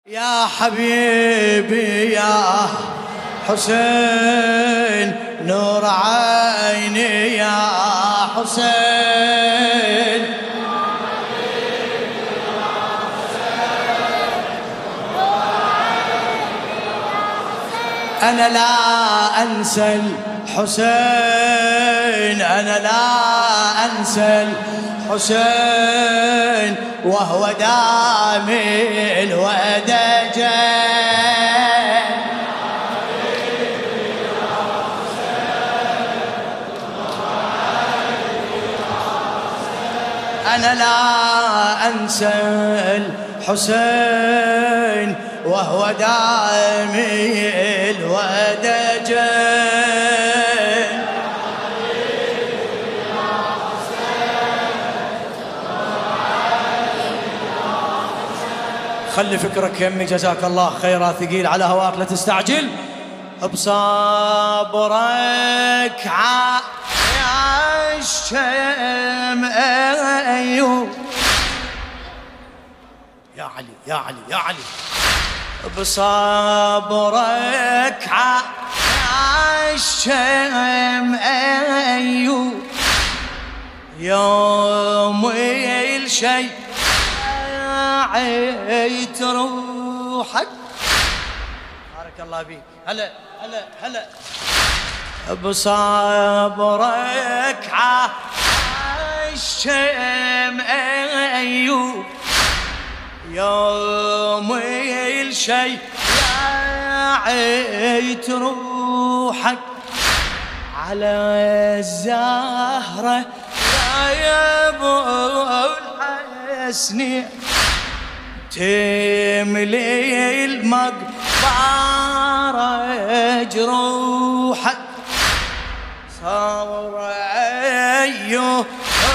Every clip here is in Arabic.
يا حبيبي يا حسين نور عيني يا حسين أنا لا أنسى الحسين أنا لا أنسى الحسين وهو دامي الودجين أنا لا أنسى الحسين وهو دامي الودجين خلي فكرك يمي جزاك الله خيرا ثقيل على هواك لا تستعجل بصبرك عالشم أيوب يا علي يا علي يا علي بصبرك عالشم أيوب يوم الشي عيت روحك بارك الله بيك هلا هلا هلا بصبرك عالشم أيوب يوم الشي عيت روحك على الزهرة يا ابو الحسن تملي المقبرة جروحك صار أيوب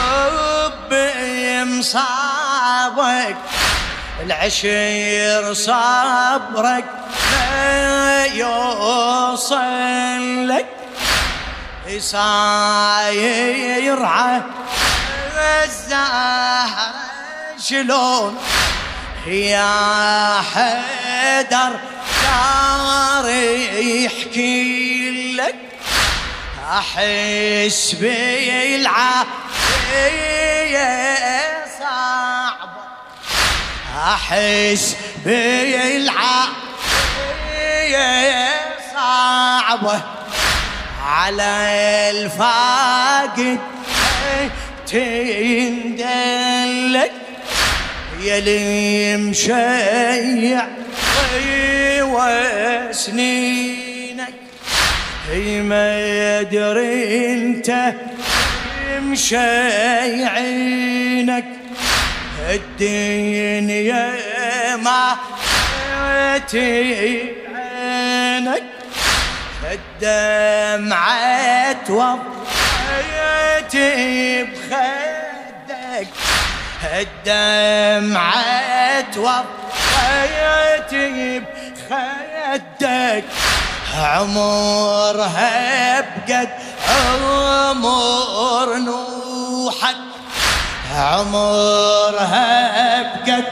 بمصابك العشير صبرك ما يوصل لك يصاير على الزهر شلون يا حيدر دار يحكي لك أحس بالعافية صعبة أحس بالعافية صعبة على الفاقد تندلك يلي مشيع وسنينك ما يدري انت مشيعينك الدنيا ما تعينك الدمعة وضعت بخدك الدمعة وضعت بخدك عمرها بقد عمر نوحك عمرها بقد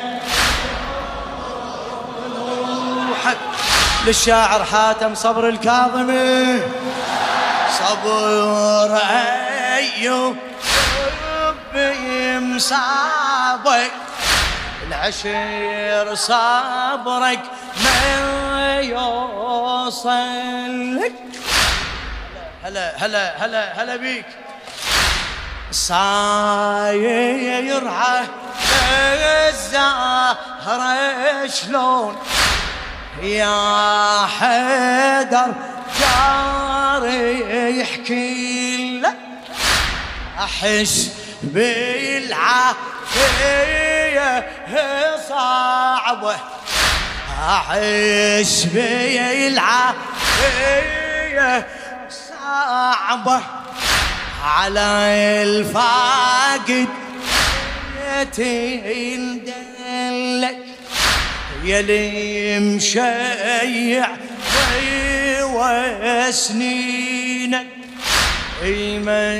نوحك للشاعر حاتم صبر الكاظمي صبر أيوب بمصابك العشير صبرك ما يوصل لك هلا هلا هلا هلا بيك صاير على الزهرة شلون يا حيدر جار يحكي لك أحس بالعافية صعبة أحس بالعافية صعبة على الفاقد تندلك يلي مشيع وسنينك ما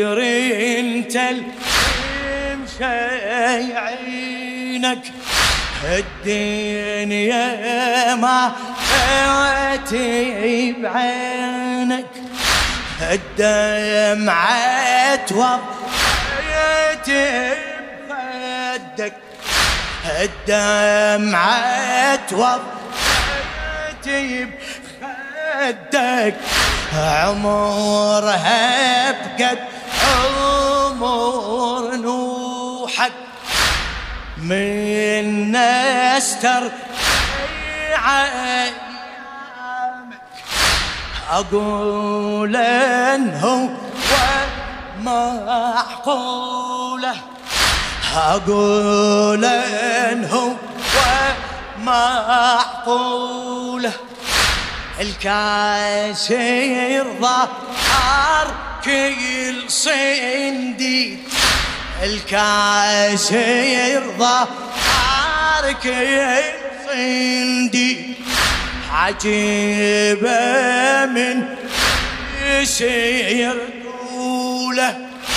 يدري انت مشيعينك الدنيا ما أتي بعينك، الدمعة وضعت بخدك، الدمعة وضعت بخدك، عمرها بقد عمر نوحك، من نستر عيامك، أقول إنه معقولة، أقول إنه معقولة، الكاس يرضى كل صندي، الكاس يرضى كل صندي، عجيبة من يصير دوله،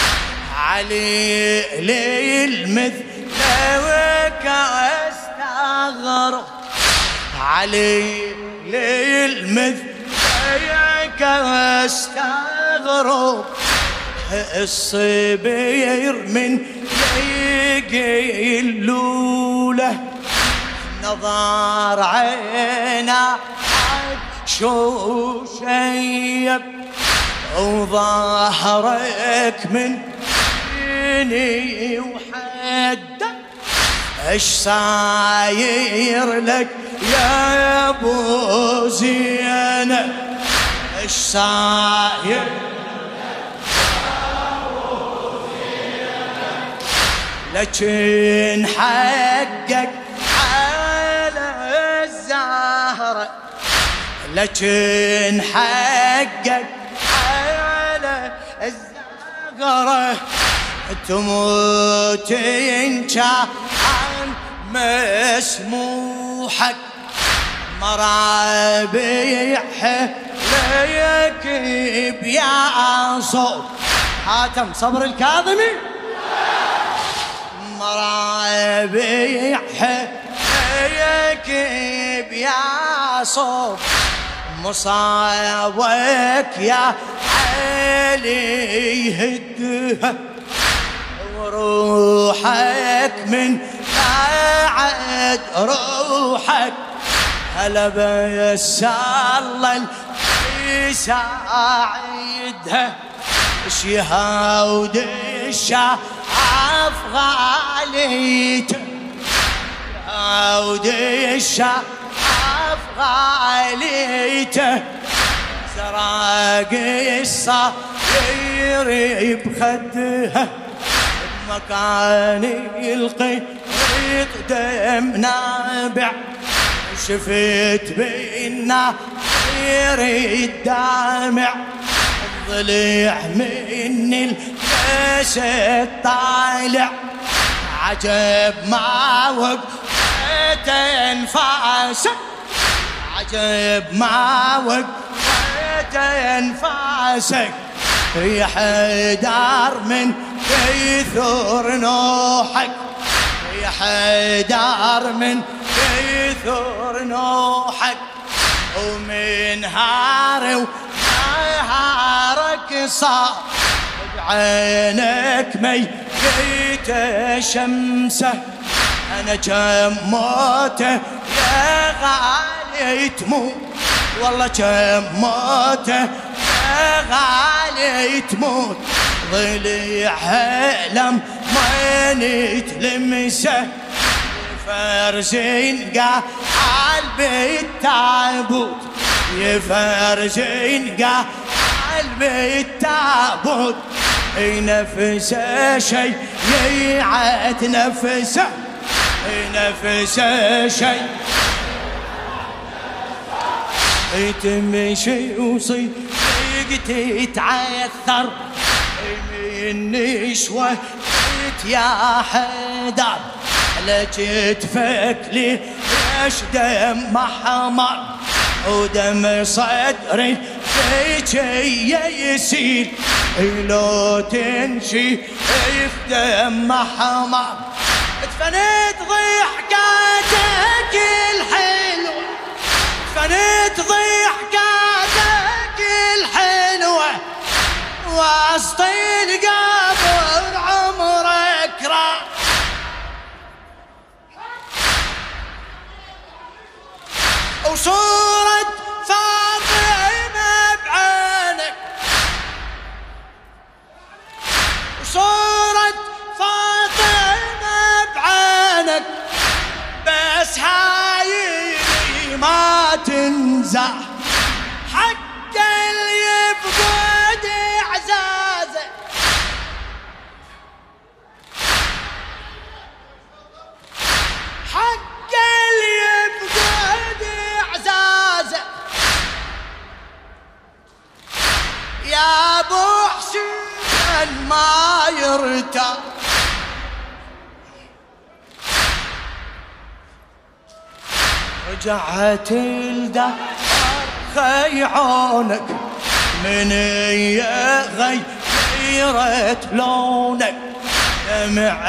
علي للمثل واستغرب، علي للمثل واستغرب، الصبير من يقلوله، نظر عينا شو شيب، وظهرك من ديني وحدك، اش صاير لك يا ابو زينب، اش صاير لكن حقك على الزهرة، لكن حقك على الزهرة، تموت إن كان مسموحك، مرابيح ليك بيا صوت، حاتم صبر الكاظمي، مرابيح ليك بيا صوت، مصابك يا علي هدها، وروحك من بعد روحك، هلا بس الله يساعدها، شهاود الشعف غاليته، شهاود الشعف غاليته، زراق الصغير بخدها، بمكان القيط دم نابع، شفت بالناير الدامع، ضلع من الجسد طالع، عجب ما وقفت انفاسك، عجب ما وقفت انفاسك، يا حيدر من كثر نوحك، يا حيدر من كثر نوحك، ومن هاري ونهارك صار بعينك ميت شمسه، انا كم موته يا غالي تموت، والله كم موته يا غالي تموت، ضلع لم ما نتلمسه، فرزين قال بالتابوت، يفرزين قال بالتابوت، نفسه شي يعت نفسه، نفسه شي تمشي وصيدك تتعثر من نشوة يا حيدر، على كتفك ليش دم حمر، ودم صدري فيك يسيل، لو تمشي في دم حمر، اتفنيت ضحكات وصورة فاطمة بعينك، وصورة فاطمة بعينك، بس هاي ما تنزح حق اللي يفقد اعزازه. حق اللي يفقد اعزازه يا ابو حسين ما يرتاح. رجعت الدار خيعونك من غيرت لونك، دمع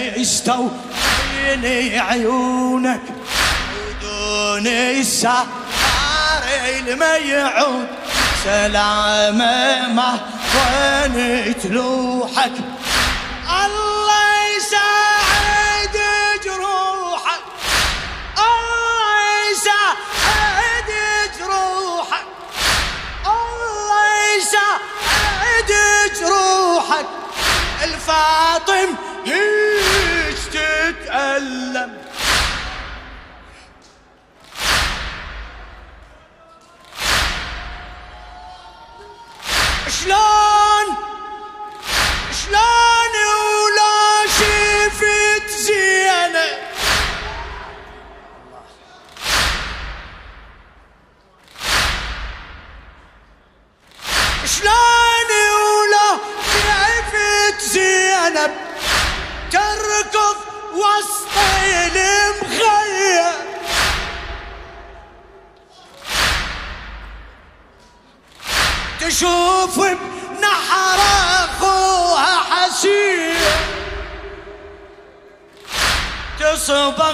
مستوين عيونك ودون السهر الميعون، سلامة ما ظنيت لوحك. الله يساعد جروحك، الله يساعد جروحك، الله يساعد جروحك. الفاطم هيج تتألم، شلون ولا شفت زينة، شلون ولا شفت زينب تركض وسط المخيم، تشوف بنحر اخوها حسين، تصبغ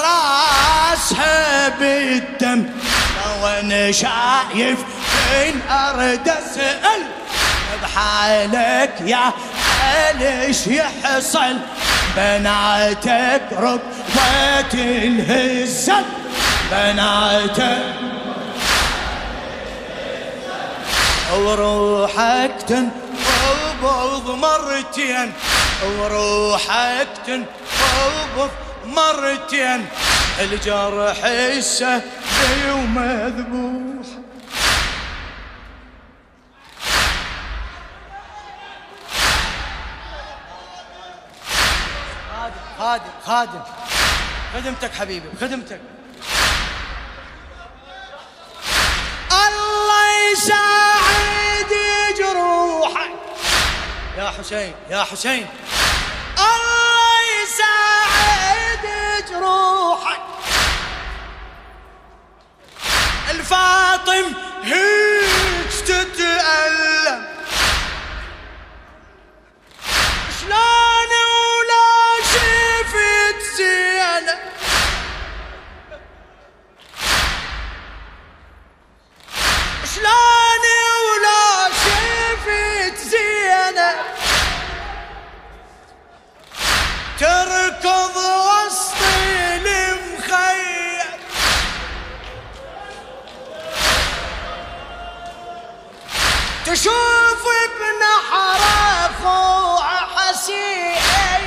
راسها بالدم. وانا شايف فين ارد اسال بحالك يا ليش يحصل، بناتك ركبت الهزل، بناتك وروحك تنقبض مرتين، وروحك تنقبض مرتين. الجرح السهل ومذبوح، خادم خدمتك حبيبي خدمتك. الله يساعد جروحك يا حسين يا حسين، الله يساعد جروحك. الفاطم هيج تتألم، شلون ولا شفت زينة، شلون ولا شفت زينة تركض وسط المخيم، تشوف بنحر اخوها حسين،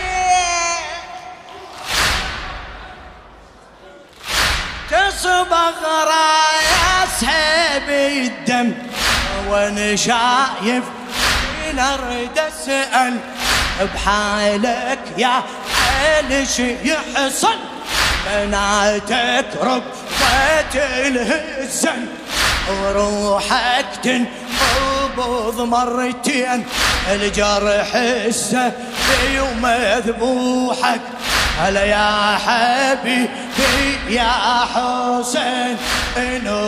تصبغ راسها بالدم. وانا شايف ارد اسال بحالك يا ليش يحصل، بناتك ركبت الهزل، وروحك تنقبض مرتين. الجرح السهل ومذبوحك. هلا يا حبيبي يا حسين،